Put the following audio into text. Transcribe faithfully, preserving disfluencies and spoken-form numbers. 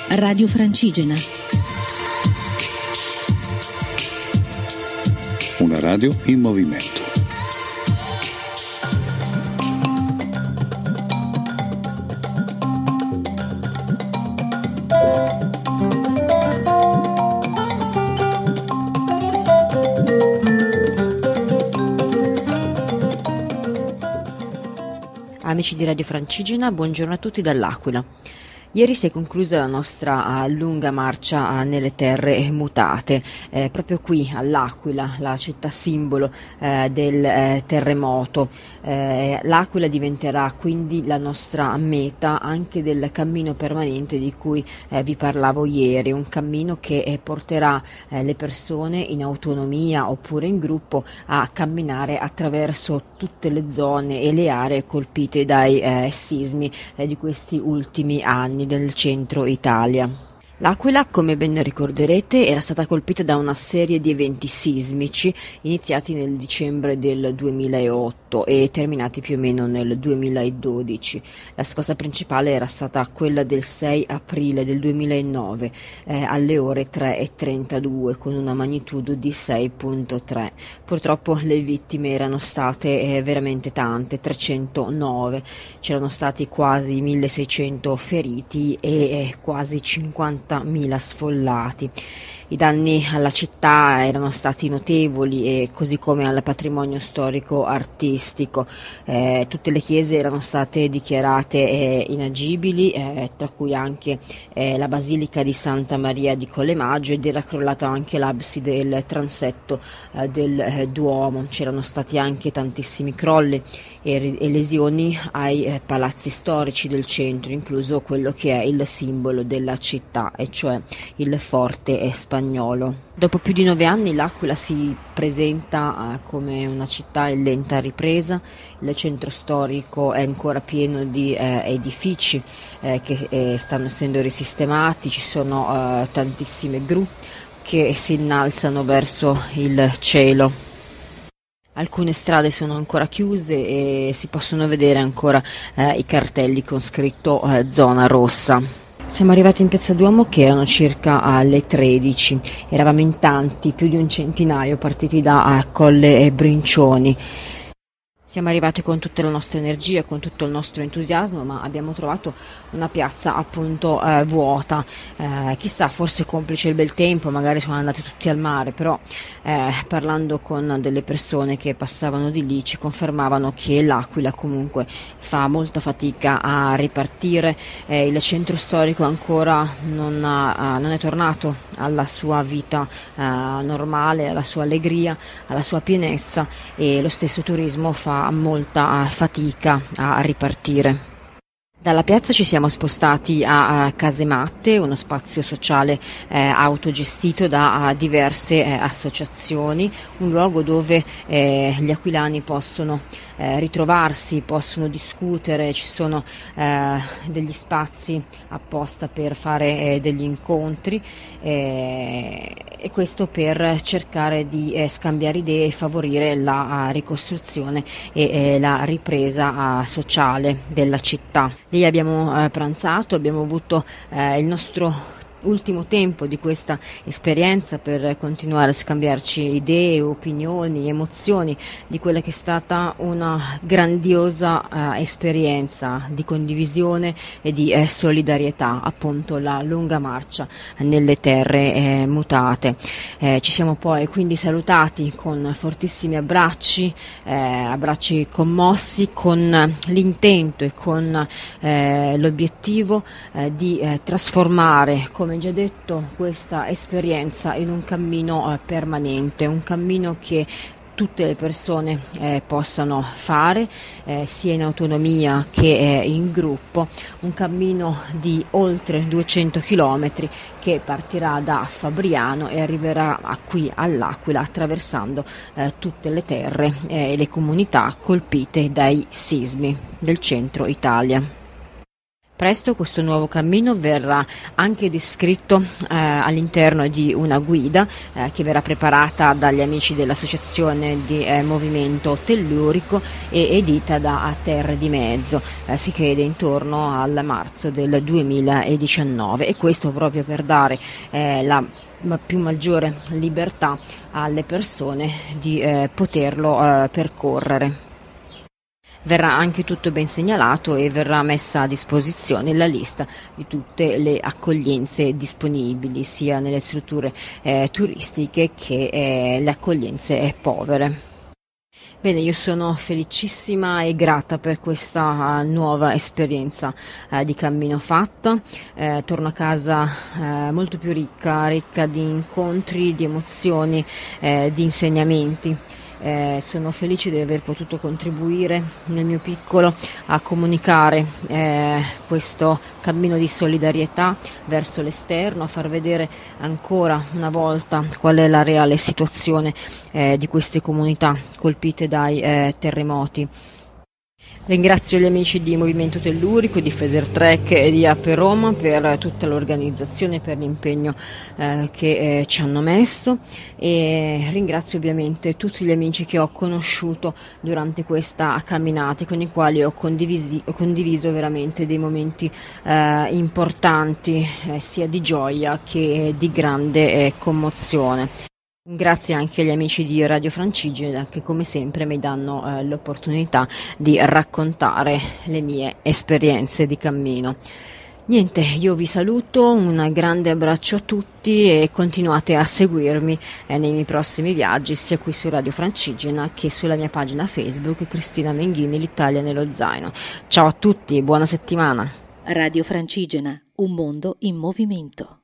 Radio Francigena. Una radio in movimento. Amici di Radio Francigena, buongiorno a tutti dall'Aquila. Ieri si è conclusa la nostra uh, lunga marcia uh, nelle terre mutate, eh, proprio qui all'Aquila, la città simbolo eh, del eh, terremoto. Eh, L'Aquila diventerà quindi la nostra meta anche del cammino permanente di cui eh, vi parlavo ieri, un cammino che eh, porterà eh, le persone in autonomia oppure in gruppo a camminare attraverso tutte le zone e le aree colpite dai eh, sismi eh, di questi ultimi anni del centro Italia. L'Aquila, come ben ricorderete, era stata colpita da una serie di eventi sismici iniziati nel dicembre del duemilaotto e terminati più o meno nel duemiladodici. La scossa principale era stata quella del sei aprile del duemilanove eh, alle ore tre e trentadue con una magnitudo di sei virgola tre. Purtroppo le vittime erano state eh, veramente tante, trecentonove. C'erano stati quasi milleseicento feriti e eh, quasi cinquanta mila sfollati. I danni alla città erano stati notevoli e così come al patrimonio storico artistico. Eh, tutte le chiese erano state dichiarate eh, inagibili, eh, tra cui anche eh, la Basilica di Santa Maria di Colle Maggio, ed era crollata anche l'abside del transetto eh, del eh, Duomo. C'erano stati anche tantissimi crolli e, e lesioni ai eh, palazzi storici del centro, incluso quello che è il simbolo della città, e cioè il Forte Spagnolo. Dopo più di nove anni l'Aquila si presenta eh, come una città in lenta ripresa. Il centro storico è ancora pieno di eh, edifici eh, che eh, stanno essendo risistemati, ci sono eh, tantissime gru che si innalzano verso il cielo. Alcune strade sono ancora chiuse e si possono vedere ancora eh, i cartelli con scritto eh, zona rossa. Siamo arrivati in Piazza Duomo che erano circa alle tredici, eravamo in tanti, più di un centinaio, partiti da Colle Brincioni. Siamo arrivati con tutta la nostra energia, con tutto il nostro entusiasmo, ma abbiamo trovato una piazza appunto eh, vuota. Eh, chissà, forse complice il bel tempo, magari sono andati tutti al mare, però eh, parlando con delle persone che passavano di lì ci confermavano che l'Aquila comunque fa molta fatica a ripartire. Eh, il centro storico ancora non, ha, non è tornato alla sua vita eh, normale, alla sua allegria, alla sua pienezza, e lo stesso turismo fa molta fatica a ripartire. Dalla piazza ci siamo spostati a, a Casematte, uno spazio sociale eh, autogestito da a diverse eh, associazioni, un luogo dove eh, gli aquilani possono eh, ritrovarsi, possono discutere, ci sono eh, degli spazi apposta per fare eh, degli incontri eh, e questo per cercare di eh, scambiare idee e favorire la uh, ricostruzione e eh, la ripresa uh, sociale della città. Lì abbiamo eh, pranzato, abbiamo avuto eh, il nostro ultimo tempo di questa esperienza per continuare a scambiarci idee, opinioni, emozioni di quella che è stata una grandiosa eh, esperienza di condivisione e di eh, solidarietà, appunto la lunga marcia nelle terre eh, mutate. Eh, ci siamo poi quindi salutati con fortissimi abbracci, eh, abbracci commossi, con l'intento e con eh, l'obiettivo eh, di eh, trasformare, come come già detto, questa esperienza in un cammino eh, permanente, un cammino che tutte le persone eh, possano fare eh, sia in autonomia che eh, in gruppo, un cammino di oltre duecento chilometri che partirà da Fabriano e arriverà a qui all'Aquila attraversando eh, tutte le terre e eh, le comunità colpite dai sismi del centro Italia. Presto questo nuovo cammino verrà anche descritto eh, all'interno di una guida eh, che verrà preparata dagli amici dell'Associazione di eh, Movimento Tellurico e edita da Terre di Mezzo, eh, si crede intorno al marzo del duemiladiciannove, e questo proprio per dare eh, la più maggiore libertà alle persone di eh, poterlo eh, percorrere. Verrà anche tutto ben segnalato e verrà messa a disposizione la lista di tutte le accoglienze disponibili, sia nelle strutture eh, turistiche che eh, le accoglienze eh, povere. Bene, io sono felicissima e grata per questa uh, nuova esperienza uh, di cammino fatta. Eh, torno a casa uh, molto più ricca, ricca di incontri, di emozioni, eh, di insegnamenti. Eh, sono felice di aver potuto contribuire nel mio piccolo a comunicare eh, questo cammino di solidarietà verso l'esterno, a far vedere ancora una volta qual è la reale situazione eh, di queste comunità colpite dai eh, terremoti. Ringrazio gli amici di Movimento Tellurico, di Federtrek e di Ape Roma per tutta l'organizzazione e per l'impegno eh, che eh, ci hanno messo, e ringrazio ovviamente tutti gli amici che ho conosciuto durante questa camminata, con i quali ho, condivisi, ho condiviso veramente dei momenti eh, importanti eh, sia di gioia che di grande eh, commozione. Grazie anche agli amici di Radio Francigena che come sempre mi danno eh, l'opportunità di raccontare le mie esperienze di cammino. Niente, io vi saluto, un grande abbraccio a tutti e continuate a seguirmi eh, nei miei prossimi viaggi, sia qui su Radio Francigena che sulla mia pagina Facebook Cristina Menghini, l'Italia nello zaino. Ciao a tutti, buona settimana. Radio Francigena, un mondo in movimento.